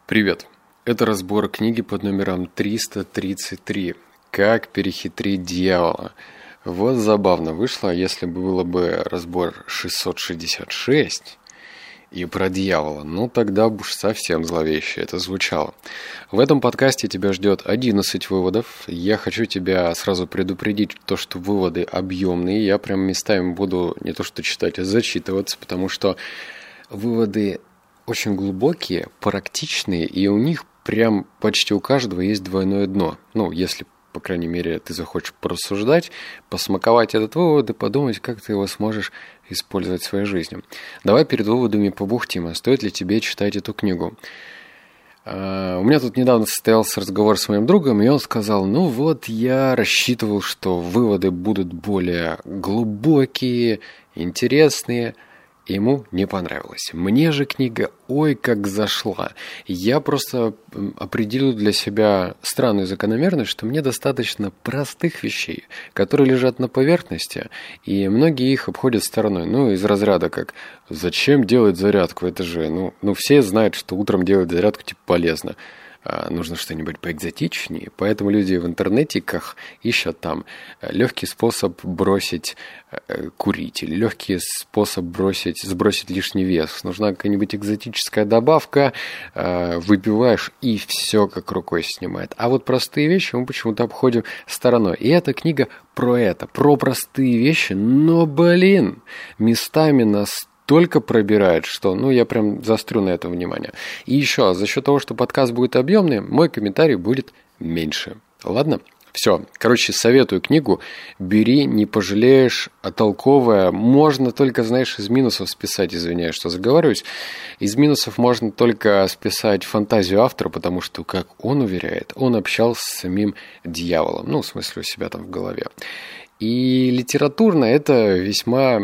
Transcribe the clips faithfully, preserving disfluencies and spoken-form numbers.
Привет! Это разбор книги под номером триста тридцать три «Как перехитрить дьявола». Вот забавно вышло, если бы было бы разбор шестьсот шестьдесят шесть и про дьявола, ну тогда бы уж совсем зловеще это звучало. В этом подкасте тебя ждет одиннадцать выводов. Я хочу тебя сразу предупредить, то, что выводы объемные. Я прям местами буду не то что читать, а зачитываться, потому что выводы очень глубокие, практичные, и у них прям почти у каждого есть двойное дно. Ну, если, по крайней мере, ты захочешь порассуждать, посмаковать этот вывод и подумать, как ты его сможешь использовать в своей жизни. Давай перед выводами побухтим, а стоит ли тебе читать эту книгу. Uh, у меня тут недавно состоялся разговор с моим другом, и он сказал, ну вот, я рассчитывал, что выводы будут более глубокие, интересные. Ему не понравилось. Мне же книга ой как зашла. Я просто определил для себя странную закономерность, что мне достаточно простых вещей, которые лежат на поверхности, и многие их обходят стороной. Ну, из разряда как «Зачем делать зарядку?» Это же, ну, ну все знают, что утром делать зарядку типа полезно. Нужно что-нибудь поэкзотичнее, поэтому люди в интернетиках ищут там легкий способ бросить курить или легкий способ бросить, сбросить лишний вес. Нужна какая-нибудь экзотическая добавка, выпиваешь и все как рукой снимает. А вот простые вещи мы почему-то обходим стороной. И эта книга про это, про простые вещи, но, блин, местами нас только пробирает, что, ну, я прям заострю на это внимание. И еще, за счет того, что подкаст будет объемный, мой комментарий будет меньше. Ладно? Все. Короче, советую книгу. Бери, не пожалеешь, а толковая. Можно только, знаешь, из минусов списать, извиняюсь, что заговариваюсь. Из минусов можно только списать фантазию автора, потому что, как он уверяет, он общался с самим дьяволом. Ну, в смысле, у себя там в голове. И литературно это весьма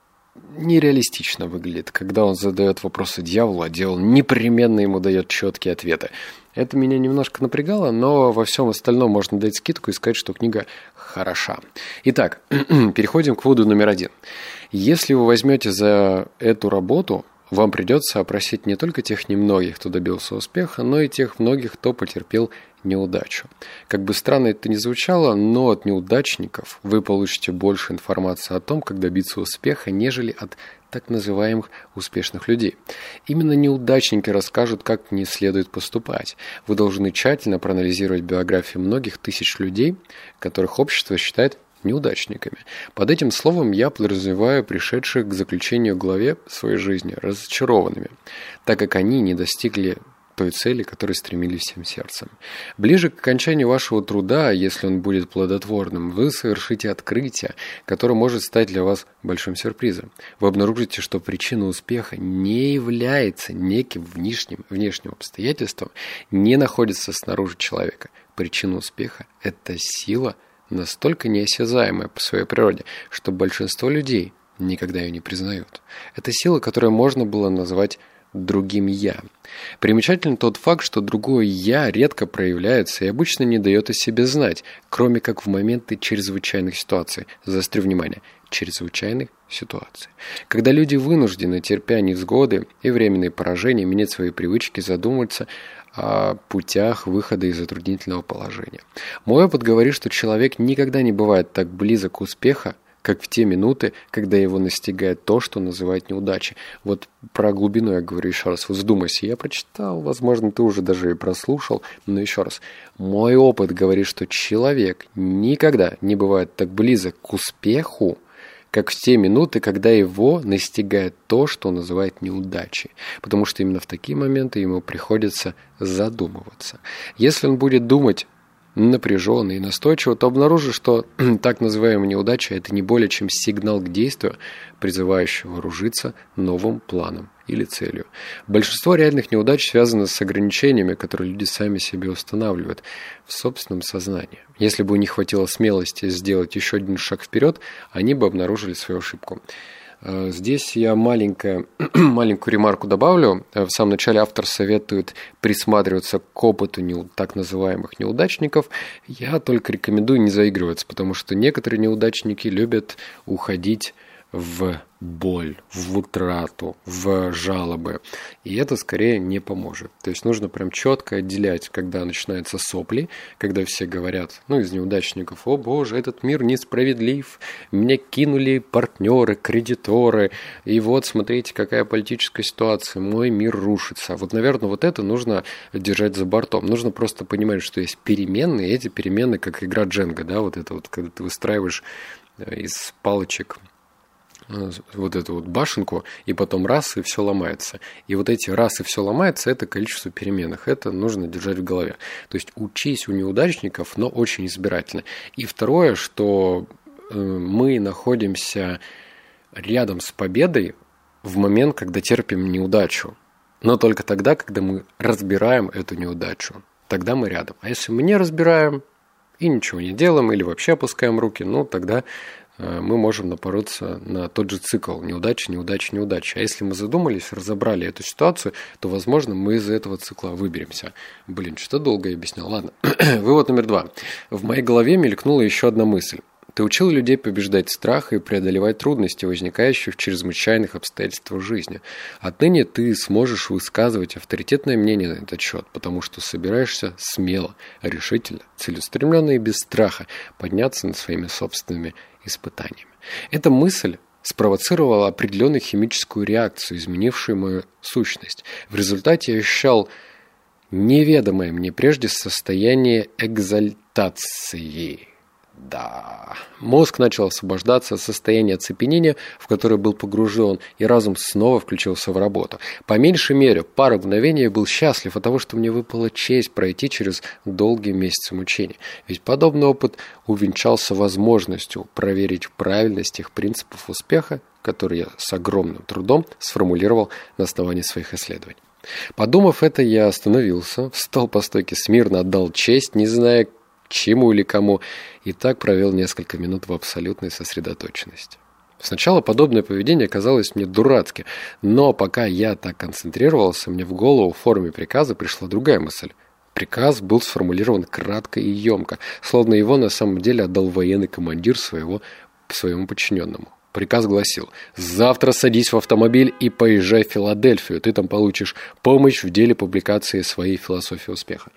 нереалистично выглядит, когда он задает вопросы дьяволу, а дьявол непременно ему дает четкие ответы. Это меня немножко напрягало, но во всем остальном можно дать скидку и сказать, что книга хороша. Итак, переходим к выводу номер один. Если вы возьмете за эту работу, вам придется опросить не только тех немногих, кто добился успеха, но и тех многих, кто потерпел неудачу. Как бы странно это ни звучало, но от неудачников вы получите больше информации о том, как добиться успеха, нежели от так называемых успешных людей. Именно неудачники расскажут, как не следует поступать. Вы должны тщательно проанализировать биографии многих тысяч людей, которых общество считает неудачниками. Под этим словом я подразумеваю пришедших к заключению главе своей жизни разочарованными, так как они не достигли той цели, к которой стремились всем сердцем. Ближе к окончанию вашего труда, если он будет плодотворным, вы совершите открытие, которое может стать для вас большим сюрпризом. Вы обнаружите, что причина успеха не является неким внешним, внешним обстоятельством, не находится снаружи человека. Причина успеха – это сила, настолько неосязаемая по своей природе, что большинство людей никогда ее не признают. Это сила, которую можно было назвать другим «я». Примечательно тот факт, что другое «я» редко проявляется и обычно не дает о себе знать, кроме как в моменты чрезвычайных ситуаций. Заострю внимание, чрезвычайных ситуаций. Когда люди вынуждены, терпя невзгоды и временные поражения, менять свои привычки, задумываться о путях выхода из затруднительного положения. Мой опыт говорит, что человек никогда не бывает так близок к успеху, как в те минуты, когда его настигает то, что называют неудачей. Вот про глубину я говорю еще раз. Вот вдумайся, я прочитал, возможно, ты уже даже и прослушал, но еще раз. Мой опыт говорит, что человек никогда не бывает так близок к успеху, как в те минуты, когда его настигает то, что называют неудачей. Потому что именно в такие моменты ему приходится задумываться. Если он будет думать напряженно и настойчиво, то обнаружишь, что так называемая неудача – это не более чем сигнал к действию, призывающий вооружиться новым планом или целью. Большинство реальных неудач связано с ограничениями, которые люди сами себе устанавливают в собственном сознании. Если бы у них хватило смелости сделать еще один шаг вперед, они бы обнаружили свою ошибку. Здесь я маленькое, маленькую ремарку добавлю. В самом начале автор советует присматриваться к опыту неу, так называемых неудачников. Я только рекомендую не заигрываться, потому что некоторые неудачники любят уходить в боль, в утрату, в жалобы. И это скорее не поможет. То есть нужно прям четко отделять, когда начинаются сопли, когда все говорят, ну, из неудачников: «О боже, этот мир несправедлив, меня кинули партнеры, кредиторы, и вот смотрите, какая политическая ситуация, мой мир рушится». Вот, наверное, вот это нужно держать за бортом. Нужно просто понимать, что есть переменные, и эти переменные, как игра Дженга, да, вот это вот, когда ты выстраиваешь из палочек вот эту вот башенку, и потом раз, и все ломается. И вот эти раз, и все ломается, это количество переменных. Это нужно держать в голове. То есть учись у неудачников, но очень избирательно. И второе, что мы находимся рядом с победой в момент, когда терпим неудачу. Но только тогда, когда мы разбираем эту неудачу. Тогда мы рядом. А если мы не разбираем и ничего не делаем, или вообще опускаем руки, ну тогда мы можем напороться на тот же цикл неудачи, неудачи, неудачи. А если мы задумались, разобрали эту ситуацию, то, возможно, мы из этого цикла выберемся. Блин, что-то долго я объяснял. Ладно. Вывод номер два. В моей голове мелькнула еще одна мысль. Ты учил людей побеждать страх и преодолевать трудности, возникающие в чрезвычайных обстоятельствах жизни. Отныне ты сможешь высказывать авторитетное мнение на этот счет, потому что собираешься смело, решительно, целеустремленно и без страха подняться над своими собственными испытаниями. Эта мысль спровоцировала определенную химическую реакцию, изменившую мою сущность. В результате я ощущал неведомое мне прежде состояние экзальтации. Да, мозг начал освобождаться от состояния оцепенения, в которое был погружен, и разум снова включился в работу. По меньшей мере, пару мгновений я был счастлив от того, что мне выпала честь пройти через долгие месяцы мучений. Ведь подобный опыт увенчался возможностью проверить правильность тех принципов успеха, которые я с огромным трудом сформулировал на основании своих исследований. Подумав это, я остановился, встал по стойке смирно, отдал честь, не зная, чему или кому, и так провел несколько минут в абсолютной сосредоточенности. Сначала подобное поведение казалось мне дурацким, но пока я так концентрировался, мне в голову в форме приказа пришла другая мысль. Приказ был сформулирован кратко и емко, словно его на самом деле отдал военный командир своего, своему подчиненному. Приказ гласил: «Завтра садись в автомобиль и поезжай в Филадельфию, ты там получишь помощь в деле публикации своей философии успеха».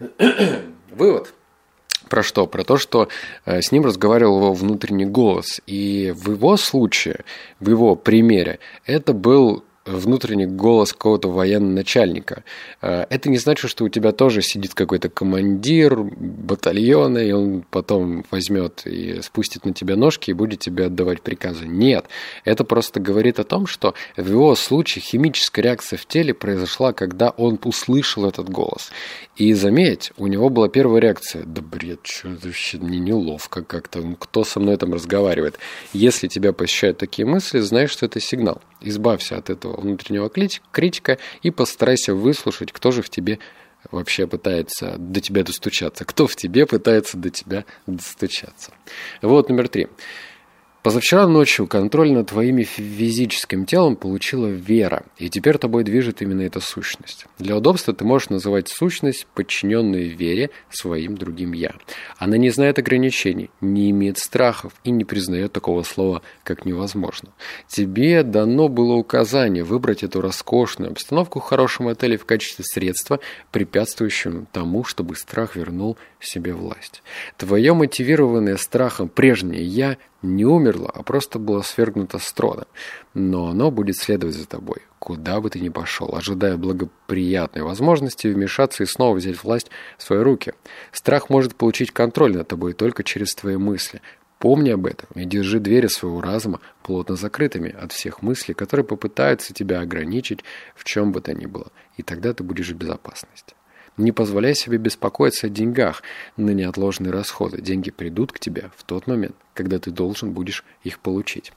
Вывод. Про что? Про то, что э, с ним разговаривал его внутренний голос. И в его случае, в его примере, это был внутренний голос какого-то военачальника. Э, это не значит, что у тебя тоже сидит какой-то командир батальона, и он потом возьмет и спустит на тебя ножки и будет тебе отдавать приказы. Нет. Это просто говорит о том, что в его случае химическая реакция в теле произошла, когда он услышал этот голос. И заметь, у него была первая реакция: да бред, что это вообще, мне неловко как-то, кто со мной там разговаривает. Если тебя посещают такие мысли, знай, что это сигнал. Избавься от этого внутреннего критика и постарайся выслушать, кто же в тебе вообще пытается до тебя достучаться, кто в тебе пытается до тебя достучаться. Вот номер три. Позавчера ночью контроль над твоим физическим телом получила вера, и теперь тобой движет именно эта сущность. Для удобства ты можешь называть сущность, подчиненную вере, своим другим «я». Она не знает ограничений, не имеет страхов и не признает такого слова, как «невозможно». Тебе дано было указание выбрать эту роскошную обстановку в хорошем отеле в качестве средства, препятствующего тому, чтобы страх вернул себе власть. Твое мотивированное страхом прежнее «я» не умерло, а просто было свергнуто с трона. Но оно будет следовать за тобой, куда бы ты ни пошел, ожидая благоприятной возможности вмешаться и снова взять власть в свои руки. Страх может получить контроль над тобой только через твои мысли. Помни об этом и держи двери своего разума плотно закрытыми от всех мыслей, которые попытаются тебя ограничить в чем бы то ни было. И тогда ты будешь в безопасности. Не позволяй себе беспокоиться о деньгах на неотложные расходы. Деньги придут к тебе в тот момент, когда ты должен будешь их получить.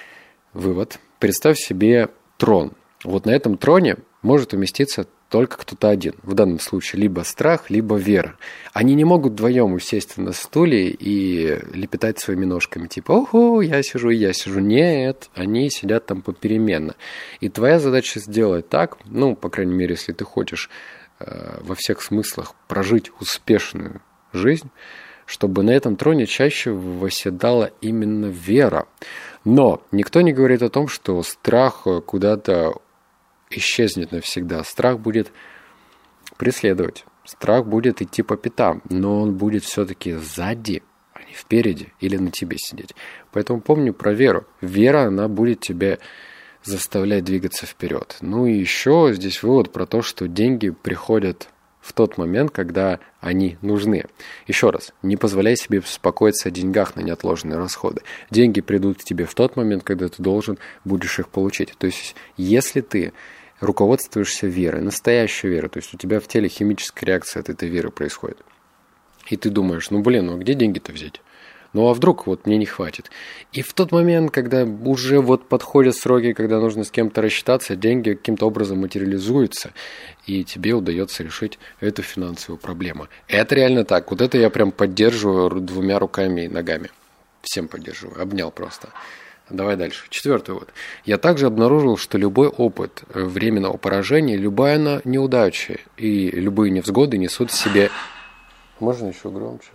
Вывод. Представь себе трон. Вот на этом троне может уместиться только кто-то один. В данном случае либо страх, либо вера. Они не могут вдвоем усесть на стуле и лепетать своими ножками. Типа, ого, я сижу, я сижу. Нет, они сидят там попеременно. И твоя задача сделать так, ну, по крайней мере, если ты хочешь во всех смыслах прожить успешную жизнь, чтобы на этом троне чаще восседала именно вера. Но никто не говорит о том, что страх куда-то исчезнет навсегда. Страх будет преследовать, страх будет идти по пятам, но он будет все-таки сзади, а не впереди или на тебе сидеть. Поэтому помни про веру. Вера, она будет тебя заставлять двигаться вперед. Ну и еще здесь вывод про то, что деньги приходят в тот момент, когда они нужны. Еще раз, не позволяй себе беспокоиться о деньгах на неотложенные расходы. Деньги придут к тебе в тот момент, когда ты должен будешь их получить. То есть, если ты руководствуешься верой, настоящей верой, то есть у тебя в теле химическая реакция от этой веры происходит, и ты думаешь, ну блин, ну где деньги-то взять? Ну а вдруг вот мне не хватит? И в тот момент, когда уже вот подходят сроки, когда нужно с кем-то рассчитаться, деньги каким-то образом материализуются, и тебе удается решить эту финансовую проблему. Это реально так. Вот это я прям поддерживаю двумя руками и ногами. Всем поддерживаю. Обнял просто. Давай дальше. Четвертый вот. Я также обнаружил, что любой опыт временного поражения, любая неудача и любые невзгоды несут в себе... Можно еще громче?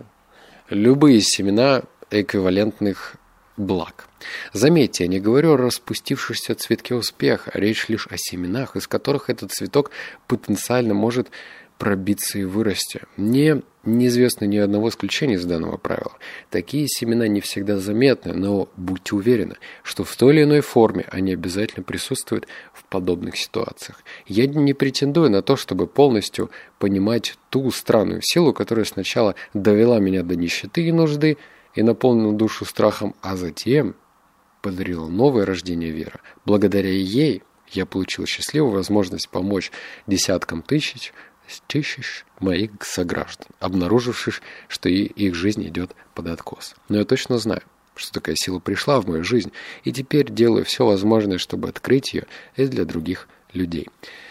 Любые семена эквивалентных благ. Заметьте, я не говорю о распустившихся цветке успеха, речь лишь о семенах, из которых этот цветок потенциально может пробиться и вырасти. Мне неизвестно ни одного исключения из данного правила. Такие семена не всегда заметны, но будьте уверены, что в той или иной форме они обязательно присутствуют в подобных ситуациях. Я не претендую на то, чтобы полностью понимать ту странную силу, которая сначала довела меня до нищеты и нужды и наполнила душу страхом, а затем подарила новое рождение веры. Благодаря ей я получил счастливую возможность помочь десяткам тысяч тысяч моих сограждан, обнаруживших, что и их жизнь идет под откос. Но я точно знаю, что такая сила пришла в мою жизнь, и теперь делаю все возможное, чтобы открыть ее и для других людей.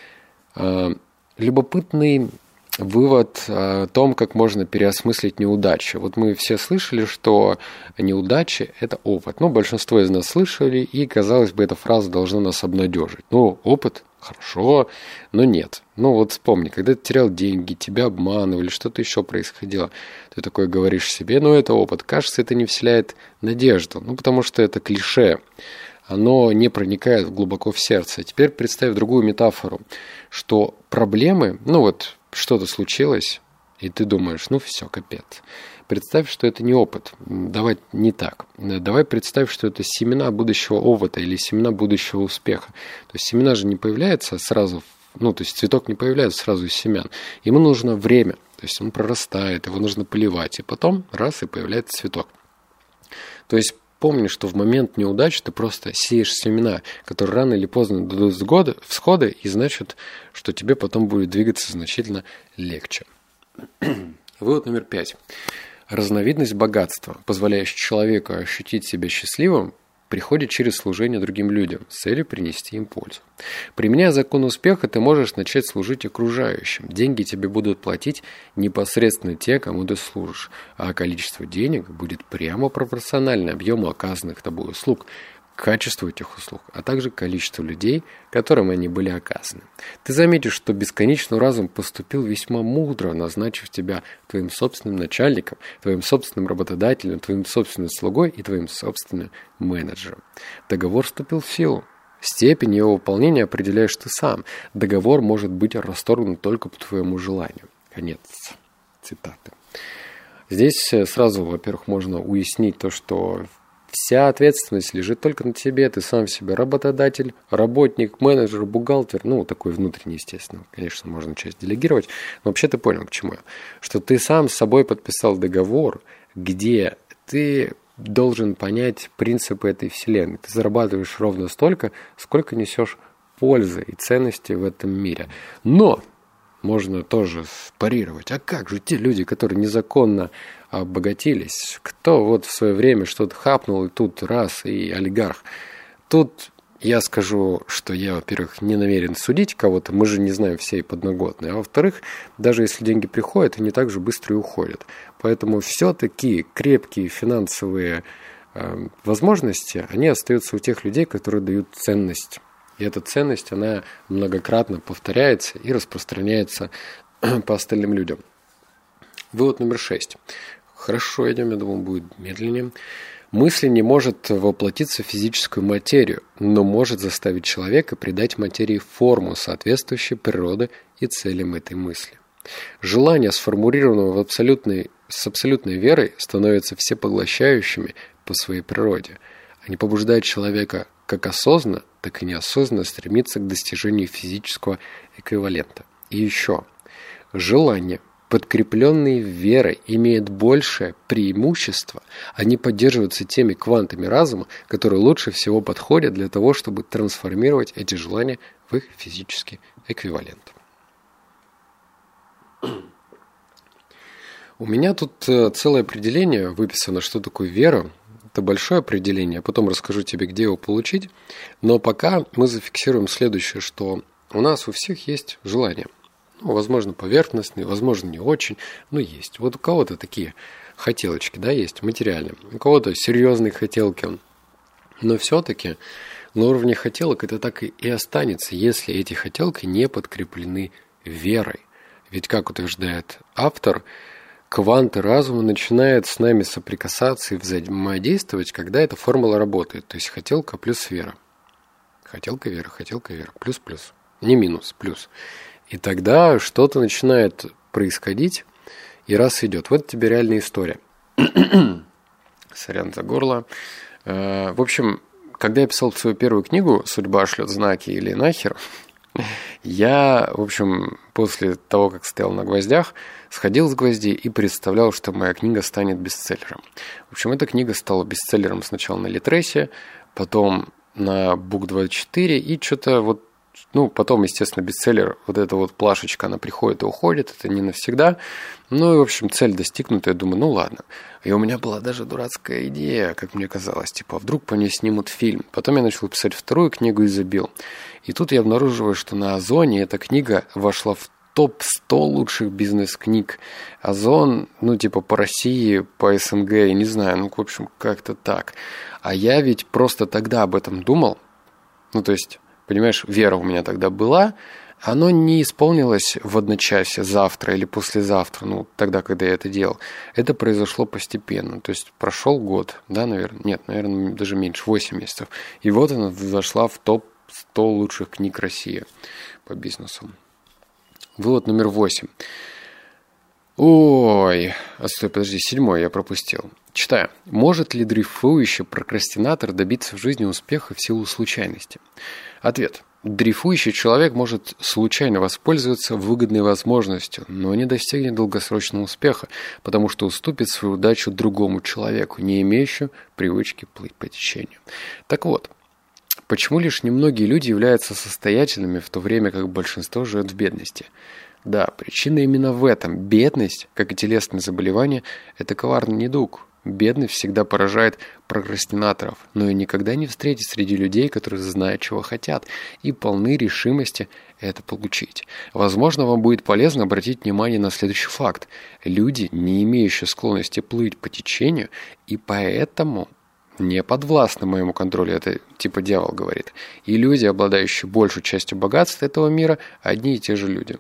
Любопытный вывод о том, как можно переосмыслить неудачи. Вот мы все слышали, что неудачи – это опыт. Ну, большинство из нас слышали, и, казалось бы, эта фраза должна нас обнадежить. Ну, опыт – хорошо, но нет. Ну, вот вспомни, когда ты терял деньги, тебя обманывали, что-то еще происходило, ты такое говоришь себе, ну, это опыт. Кажется, это не вселяет надежду, ну, потому что это клише. Оно не проникает глубоко в сердце. Теперь представь другую метафору, что проблемы, ну, вот, что-то случилось, и ты думаешь, ну все, капец. Представь, что это не опыт. Давай не так. Давай представь, что это семена будущего опыта или семена будущего успеха. То есть семена же не появляются сразу, ну, то есть цветок не появляется сразу из семян. Ему нужно время. То есть он прорастает, его нужно поливать. И потом раз, и появляется цветок. То есть помни, что в момент неудачи ты просто сеешь семена, которые рано или поздно дадут всходы, и значит, что тебе потом будет двигаться значительно легче. Вывод номер пять. Разновидность богатства, позволяющая человеку ощутить себя счастливым, приходит через служение другим людям с целью принести им пользу. Применяя закон успеха, ты можешь начать служить окружающим. Деньги тебе будут платить непосредственно те, кому ты служишь, а количество денег будет прямо пропорционально объему оказанных тобой услуг, качеству этих услуг, а также количеству людей, которым они были оказаны. Ты заметишь, что бесконечный разум поступил весьма мудро, назначив тебя твоим собственным начальником, твоим собственным работодателем, твоим собственным слугой и твоим собственным менеджером. Договор вступил в силу. Степень его выполнения определяешь ты сам. Договор может быть расторгнут только по твоему желанию. Конец цитаты. Здесь сразу, во-первых, можно уяснить то, что вся ответственность лежит только на тебе, ты сам себе работодатель, работник, менеджер, бухгалтер, ну, такой внутренний, естественно. Конечно, можно часть делегировать, но вообще ты понял, к чему я. Что ты сам с собой подписал договор, где ты должен понять принципы этой вселенной. Ты зарабатываешь ровно столько, сколько несешь пользы и ценности в этом мире. Но можно тоже парировать. А как же те люди, которые незаконно обогатились? Кто вот в свое время что-то хапнул, и тут раз, и олигарх. Тут я скажу, что я, во-первых, не намерен судить кого-то, мы же не знаем всей подноготной, а во-вторых, даже если деньги приходят, они так же быстро и уходят. Поэтому все-таки крепкие финансовые э, возможности, они остаются у тех людей, которые дают ценность. И эта ценность, она многократно повторяется и распространяется по остальным людям. Вывод номер шесть. Хорошо идем, я думаю, будет медленнее. Мысль не может воплотиться в физическую материю, но может заставить человека придать материи форму, соответствующую природе и целям этой мысли. Желание, сформулированное в абсолютной, с абсолютной верой, становится всепоглощающими по своей природе. Они побуждают человека как осознанно, так и неосознанно стремиться к достижению физического эквивалента. И еще. Желание, подкрепленные верой, имеют большее преимущество. Они поддерживаются теми квантами разума, которые лучше всего подходят для того, чтобы трансформировать эти желания в их физический эквивалент. У меня тут целое определение выписано, что такое вера. Это большое определение, я потом расскажу тебе, где его получить. Но пока мы зафиксируем следующее, что у нас у всех есть желания. Ну, возможно, поверхностные, возможно, не очень, но есть. Вот у кого-то такие хотелочки, да, есть, материальные. У кого-то серьезные хотелки. Но все-таки на уровне хотелок это так и останется, если эти хотелки не подкреплены верой. Ведь, как утверждает автор, кванты разума начинают с нами соприкасаться и взаимодействовать, когда эта формула работает. То есть хотелка плюс вера. Хотелка, вера, хотелка, вера. Плюс-плюс. Не минус, плюс. И тогда что-то начинает происходить, и раз идет. Вот тебе реальная история. Сорян за горло. В общем, когда я писал свою первую книгу «Судьба шлет знаки» или «Нахер», я, в общем, после того, как стоял на гвоздях, сходил с гвоздей и представлял, что моя книга станет бестселлером. В общем, эта книга стала бестселлером сначала на Литресе, потом на бук двадцать четыре, и что-то вот, ну, потом, естественно, бестселлер, вот эта вот плашечка, она приходит и уходит, это не навсегда. Ну, и, в общем, цель достигнута, я думаю, ну, ладно. И у меня была даже дурацкая идея, как мне казалось, типа, а вдруг по ней снимут фильм. Потом я начал писать вторую книгу и забил. И тут я обнаруживаю, что на Озоне эта книга вошла в топ сто лучших бизнес-книг. Озон, ну, типа, по России, по СНГ, я не знаю, ну, в общем, как-то так. А я ведь просто тогда об этом думал. Ну, то есть, понимаешь, вера у меня тогда была, оно не исполнилось в одночасье, завтра или послезавтра, ну, тогда, когда я это делал. Это произошло постепенно. То есть прошел год, да, наверное? Нет, наверное, даже меньше, восемь месяцев. И вот она зашла в топ сто лучших книг России по бизнесу. Вывод номер восемь. Ой, а стой, подожди, седьмой я пропустил. Читаю. Может ли дрейфующий прокрастинатор добиться в жизни успеха в силу случайности? Ответ. Дрейфующий человек может случайно воспользоваться выгодной возможностью, но не достигнет долгосрочного успеха, потому что уступит свою удачу другому человеку, не имеющему привычки плыть по течению. Так вот, почему лишь немногие люди являются состоятельными, в то время как большинство живет в бедности? Да, причина именно в этом. Бедность, как и телесные заболевания, это коварный недуг. Бедность всегда поражает прокрастинаторов, но и никогда не встретить среди людей, которые знают, чего хотят, и полны решимости это получить. Возможно, вам будет полезно обратить внимание на следующий факт. Люди, не имеющие склонности плыть по течению, и поэтому не подвластны моему контролю, это типа дьявол говорит. И люди, обладающие большей частью богатства этого мира, одни и те же люди.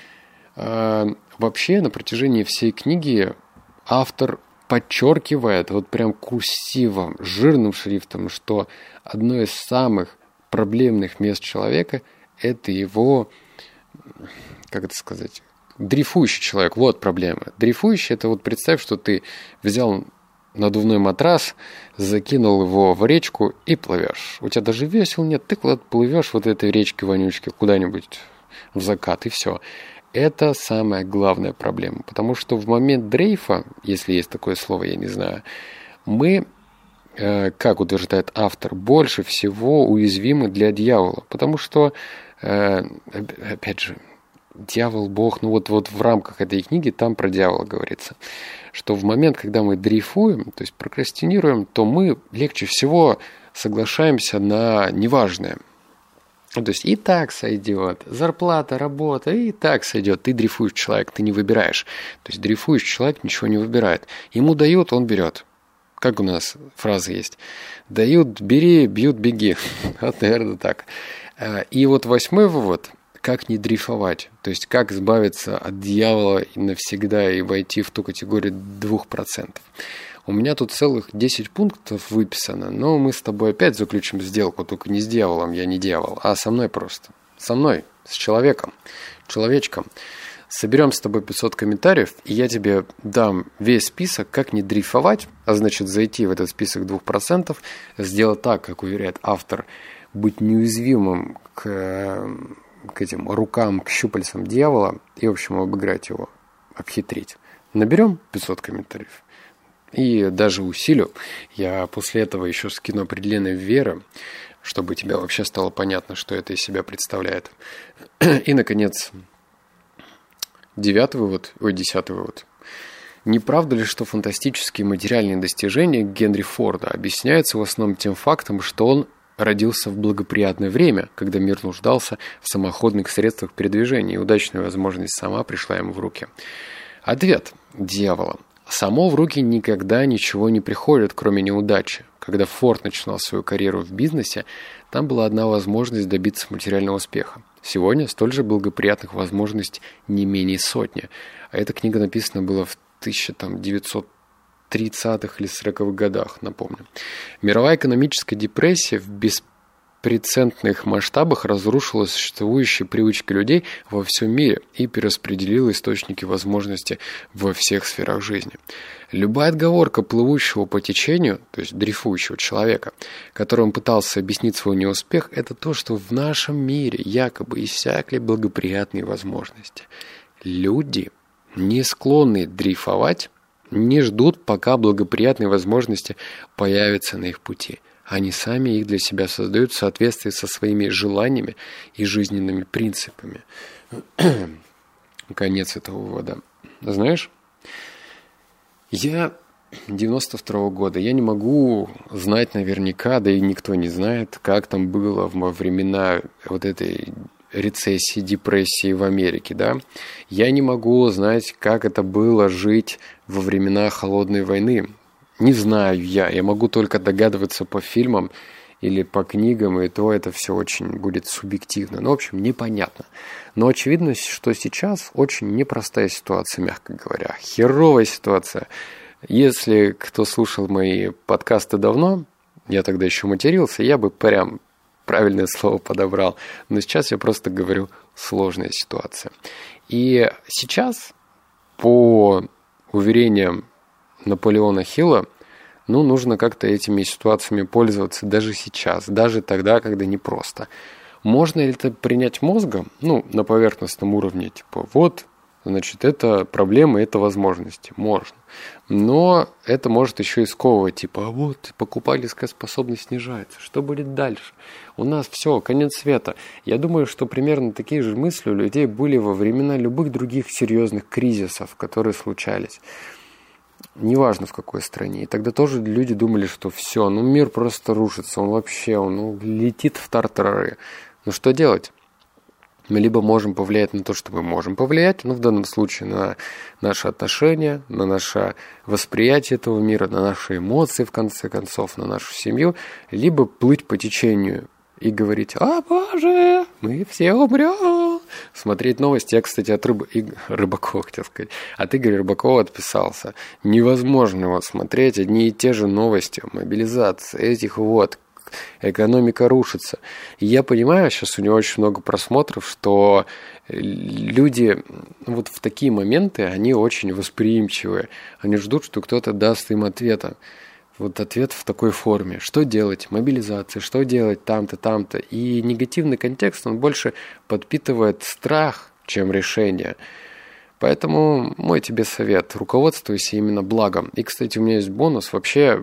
А, вообще, на протяжении всей книги автор подчеркивает вот прям курсивом, жирным шрифтом, что одно из самых проблемных мест человека – это его, как это сказать, дрейфующий человек. Вот проблема. Дрейфующий – это вот представь, что ты взял надувной матрас, закинул его в речку и плывешь. У тебя даже весел нет, ты куда-то плывешь вот этой речки вонючки куда-нибудь в закат, и все. Это самая главная проблема, потому что в момент дрейфа, если есть такое слово, я не знаю, мы, э, как утверждает автор, больше всего уязвимы для дьявола, потому что, э, опять же, дьявол, Бог, ну вот, вот в рамках этой книги там про дьявола говорится, что в момент, когда мы дрейфуем, то есть прокрастинируем, то мы легче всего соглашаемся на неважное. То есть и так сойдет, зарплата, работа, и так сойдет. Ты дрейфуешь человек, ты не выбираешь. То есть дрейфующий человек ничего не выбирает. Ему дают, он берет. Как у нас фраза есть. Дают, бери, бьют, беги. Вот, наверное, так. И вот восьмой вывод. как не дрейфовать, то есть как избавиться от дьявола навсегда и войти в ту категорию двух процентов. У меня тут целых десять пунктов выписано, но мы с тобой опять заключим сделку, только не с дьяволом, я не дьявол, а со мной просто. Со мной, с человеком, человечком. Соберем с тобой пятьсот комментариев, и я тебе дам весь список, как не дрейфовать, а значит зайти в этот список двух процентов, сделать так, как уверяет автор, быть неуязвимым к, к этим рукам, к щупальцам дьявола и, в общем, обыграть его, обхитрить. Наберем пятьсот комментариев и даже усилю. Я после этого еще скину определенные веры, чтобы тебе вообще стало понятно, что это из себя представляет. И, наконец, девятый вывод, ой, десятый вывод. Не правда ли, что фантастические материальные достижения Генри Форда объясняются в основном тем фактом, что он родился в благоприятное время, когда мир нуждался в самоходных средствах передвижения, и удачная возможность сама пришла ему в руки? Ответ дьявола. Само в руки никогда ничего не приходит, кроме неудачи. Когда Форд начинал свою карьеру в бизнесе, там была одна возможность добиться материального успеха. Сегодня столь же благоприятных возможностей не менее сотни. А эта книга написана была в тысяча девятьсот тридцатых или сороковых годах, напомню. Мировая экономическая депрессия в беспрецедентных масштабах разрушила существующие привычки людей во всем мире и перераспределила источники возможностей во всех сферах жизни. Любая отговорка плывущего по течению, то есть дрейфующего человека, которому пытался объяснить свой неуспех, это то, что в нашем мире якобы иссякли благоприятные возможности. Люди, не склонные дрейфовать, не ждут, пока благоприятные возможности появятся на их пути. Они сами их для себя создают в соответствии со своими желаниями и жизненными принципами. Конец этого вывода. Знаешь, я девяносто второго года, я не могу знать наверняка, да и никто не знает, как там было во времена вот этой рецессии, депрессии в Америке, да. Я не могу знать, как это было жить во времена холодной войны. Не знаю я, я могу только догадываться по фильмам или по книгам, и то это все очень будет субъективно. Ну, в общем, непонятно. Но очевидно, что сейчас очень непростая ситуация, мягко говоря. Херовая ситуация. Если кто слушал мои подкасты давно, я тогда еще матерился, я бы прям правильное слово подобрал. Но сейчас я просто говорю сложная ситуация. И сейчас, по уверениям Наполеона Хилла, ну, нужно как-то этими ситуациями пользоваться даже сейчас, даже тогда, когда непросто. Можно ли это принять мозгом? Ну, на поверхностном уровне, типа, вот, значит, это проблемы, это возможности. Можно. Но это может еще и сковывать, типа, а вот, покупательская способность снижается. Что будет дальше? У нас все, конец света. Я думаю, что примерно такие же мысли у людей были во времена любых других серьезных кризисов, которые случались. Неважно в какой стране. И тогда тоже люди думали, что все, ну мир просто рушится, он вообще, он ну, летит в тартарары. Ну что делать? Мы либо можем повлиять на то, что мы можем повлиять, ну в данном случае на наши отношения, на наше восприятие этого мира, на наши эмоции, в конце концов, на нашу семью, либо плыть по течению и говорить: «О, Боже, мы все умрем!» Смотреть новости. Я, кстати, от Рыб... Иг... Рыбакова, хотел сказать, от Игоря Рыбакова отписался. Невозможно его смотреть. Одни и те же новости. Мобилизация этих вот. Экономика рушится. И я понимаю, сейчас у него очень много просмотров, что люди вот в такие моменты, они очень восприимчивые. Они ждут, что кто-то даст им ответа. Вот ответ в такой форме. Что делать? Мобилизация. Что делать там-то, там-то? И негативный контекст, он больше подпитывает страх, чем решение. Поэтому мой тебе совет. Руководствуйся именно благом. И, кстати, у меня есть бонус. Вообще,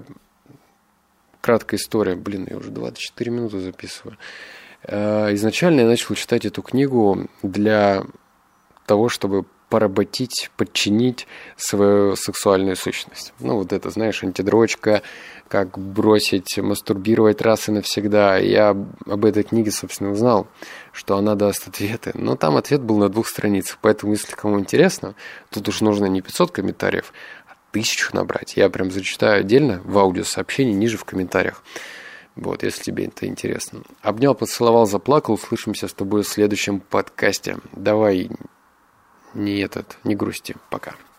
краткая история. Блин, я уже двадцать четыре минуты записываю. Изначально я начал читать эту книгу для того, чтобы поработить, подчинить свою сексуальную сущность. Ну, вот это, знаешь, антидрочка, как бросить мастурбировать раз и навсегда. Я об этой книге, собственно, узнал, что она даст ответы. Но там ответ был на двух страницах. Поэтому, если кому интересно, тут уж нужно не пятьсот комментариев, а тысячу набрать. Я прям зачитаю отдельно в аудиосообщении ниже в комментариях. Вот, если тебе это интересно. Обнял, поцеловал, заплакал. Услышимся с тобой в следующем подкасте. Давай, не этот, не грусти. Пока.